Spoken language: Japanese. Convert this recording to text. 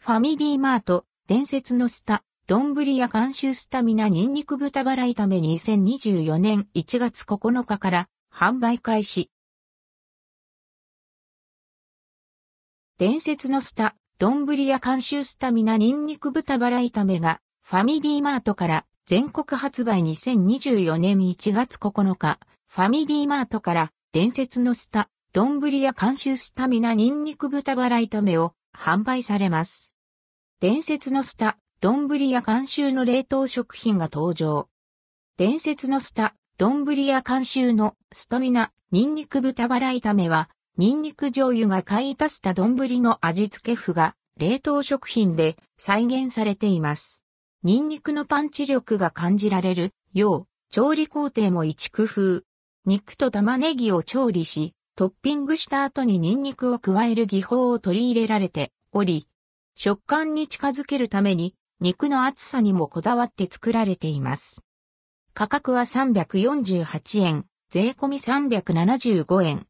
ファミリーマート、伝説のスタ、丼や監修スタミナニンニク豚バラ炒め2024年1月9日から販売開始。伝説のスタ、丼や監修スタミナニンニク豚バラ炒めがファミリーマートから全国発売2024年1月9日、ファミリーマートから伝説のスタ、丼や監修スタミナニンニク豚バラ炒めを販売されます。伝説のスタ、丼や監修の冷凍食品が登場。伝説のスタ、丼や監修のスタミナニンニク豚バラ炒めは、ニンニク醤油が買い足した丼の味付け麩が冷凍食品で再現されています。ニンニクのパンチ力が感じられるよう、調理工程も一工夫。肉と玉ねぎを調理し、トッピングした後にニンニクを加える技法を取り入れられており、食感に近づけるために肉の厚さにもこだわって作られています。価格は348円、税込み375円。